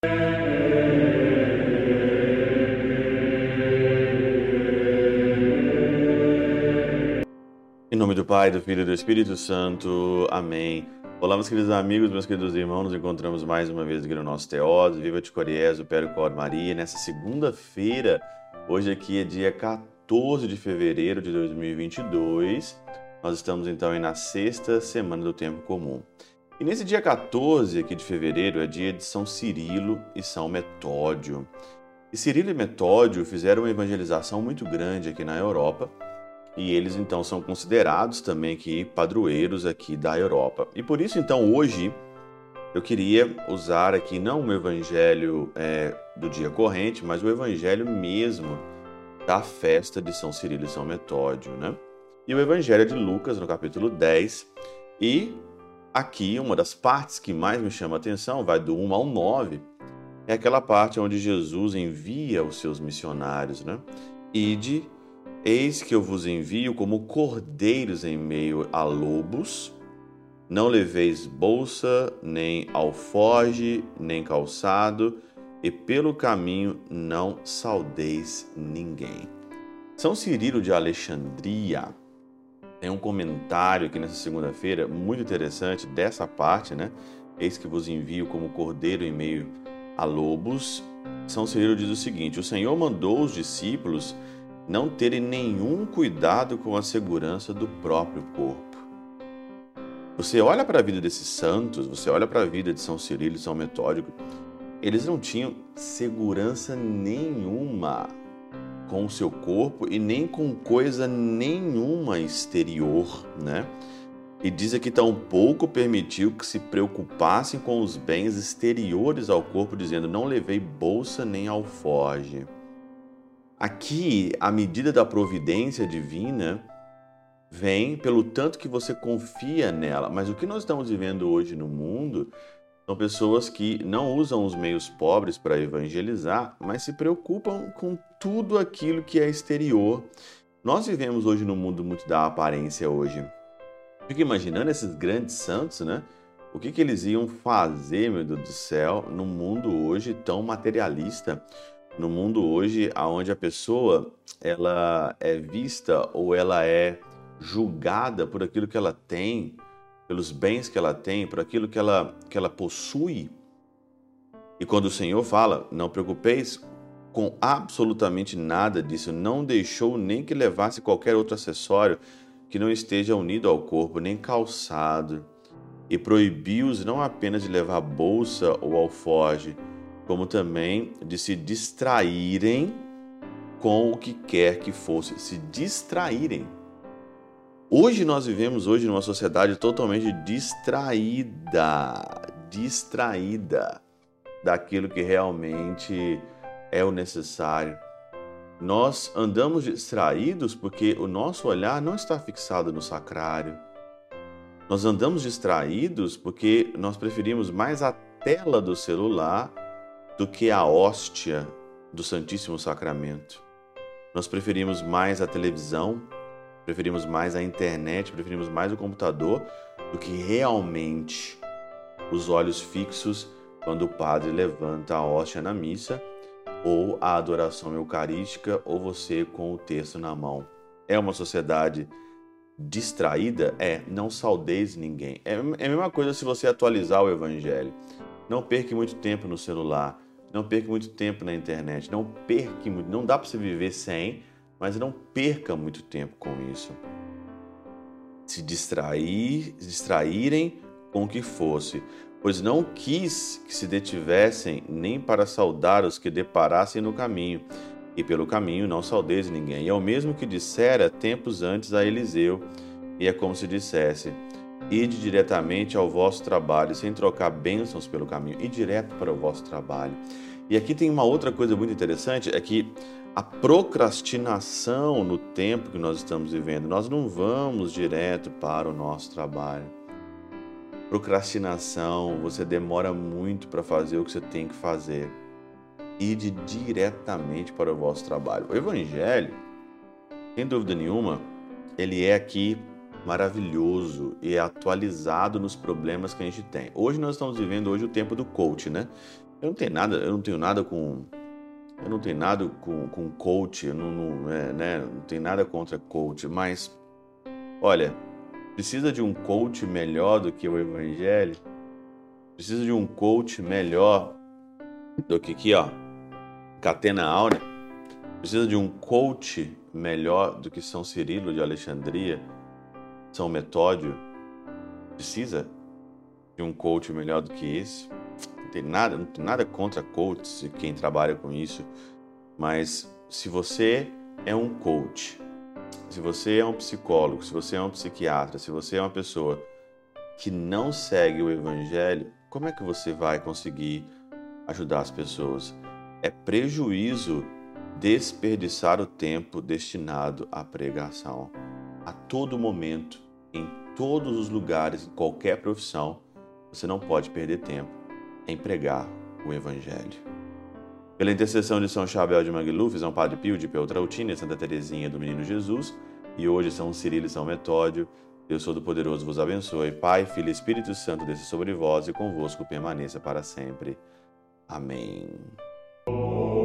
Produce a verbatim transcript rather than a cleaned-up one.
Em nome do Pai, do Filho e do Espírito Santo. Amém. Olá, meus queridos amigos, meus queridos irmãos, nos encontramos mais uma vez aqui no nosso Teós, Viva de Coriés, o Percor Maria, nessa segunda-feira. Hoje aqui é dia quatorze de fevereiro de dois mil e vinte e dois. Nós estamos então aí na sexta semana do Tempo Comum. E nesse dia quatorze aqui de fevereiro é dia de São Cirilo e São Metódio. E Cirilo e Metódio fizeram uma evangelização muito grande aqui na Europa, e eles então são considerados também aqui padroeiros aqui da Europa. E por isso então hoje eu queria usar aqui não o evangelho é, do dia corrente, mas o evangelho mesmo da festa de São Cirilo e São Metódio, né? E o evangelho é de Lucas no capítulo dez, e aqui uma das partes que mais me chama a atenção, vai do um ao nove, é aquela parte onde Jesus envia os seus missionários, né? Ide, eis que eu vos envio como cordeiros em meio a lobos. Não leveis bolsa, nem alforge, nem calçado, e pelo caminho não saudeis ninguém. São Cirilo de Alexandria tem um comentário aqui nessa segunda-feira muito interessante dessa parte, né? Eis que vos envio como cordeiro em meio a lobos. São Cirilo diz o seguinte: o Senhor mandou os discípulos não terem nenhum cuidado com a segurança do próprio corpo. Você olha para a vida desses santos, você olha para a vida de São Cirilo e São Metódio, eles não tinham segurança nenhuma com o seu corpo e nem com coisa nenhuma exterior, né? E diz aqui tampouco permitiu que se preocupassem com os bens exteriores ao corpo, dizendo: não levei bolsa nem alforge. Aqui, a medida da providência divina vem pelo tanto que você confia nela. Mas o que nós estamos vivendo hoje no mundo são pessoas que não usam os meios pobres para evangelizar, mas se preocupam com tudo aquilo que é exterior. Nós vivemos hoje num mundo muito da aparência hoje. Fico imaginando esses grandes santos, né? O que, que eles iam fazer, meu Deus do céu, num mundo hoje tão materialista, no mundo hoje onde a pessoa ela é vista ou ela é julgada por aquilo que ela tem, pelos bens que ela tem, por aquilo que ela, que ela possui. E quando o Senhor fala, não preocupeis com absolutamente nada disso, não deixou nem que levasse qualquer outro acessório que não esteja unido ao corpo, nem calçado, e proibiu-os não apenas de levar bolsa ou alforge, como também de se distraírem com o que quer que fosse, se distraírem. Hoje nós vivemos hoje numa sociedade totalmente distraída, distraída daquilo que realmente é o necessário. Nós andamos distraídos porque o nosso olhar não está fixado no sacrário. Nós andamos distraídos porque nós preferimos mais a tela do celular do que a hóstia do Santíssimo Sacramento. Nós preferimos mais a televisão, preferimos mais a internet, preferimos mais o computador do que realmente os olhos fixos quando o padre levanta a hóstia na missa, ou a adoração eucarística, ou você com o texto na mão. É uma sociedade distraída? É, não saudeis ninguém. É a mesma coisa se você atualizar o evangelho. Não perca muito tempo no celular, não perca muito tempo na internet, não perca muito, não dá para você viver sem, mas não perca muito tempo com isso. Se distrair, distraírem com o que fosse, pois não quis que se detivessem nem para saudar os que deparassem no caminho, e pelo caminho não saudeis ninguém. E é o mesmo que dissera tempos antes a Eliseu, e é como se dissesse: ide diretamente ao vosso trabalho, sem trocar bênçãos pelo caminho, e direto para o vosso trabalho. E aqui tem uma outra coisa muito interessante, é que a procrastinação no tempo que nós estamos vivendo, nós não vamos direto para o nosso trabalho. Procrastinação, você demora muito para fazer o que você tem que fazer. Ide diretamente para o vosso trabalho. O Evangelho, sem dúvida nenhuma, ele é aqui maravilhoso e é atualizado nos problemas que a gente tem. Hoje nós estamos vivendo hoje o tempo do coach, né? Eu não tenho nada, eu não tenho nada com, eu não tenho nada com, com coach, eu não, não, é, né, não tenho nada contra coach, mas, olha, precisa de um coach melhor do que o Evangelho? Precisa de um coach melhor do que aqui, ó, Catena Áurea? Precisa de um coach melhor do que São Cirilo de Alexandria, São Metódio? Precisa de um coach melhor do que esse? Não tem nada, não tem nada contra coaches e quem trabalha com isso, mas se você é um coach, se você é um psicólogo, se você é um psiquiatra, se você é uma pessoa que não segue o Evangelho, como é que você vai conseguir ajudar as pessoas? É prejuízo desperdiçar o tempo destinado à pregação. A todo momento, em todos os lugares, em qualquer profissão, você não pode perder tempo em pregar o Evangelho. Pela intercessão de São Chabel de Mangluf, São Padre Pio de Peltrautina e Santa Teresinha do Menino Jesus, e hoje São Cirilo e São Metódio, Deus Todo-Poderoso vos abençoe. Pai, Filho e Espírito Santo desça sobre vós e convosco permaneça para sempre. Amém.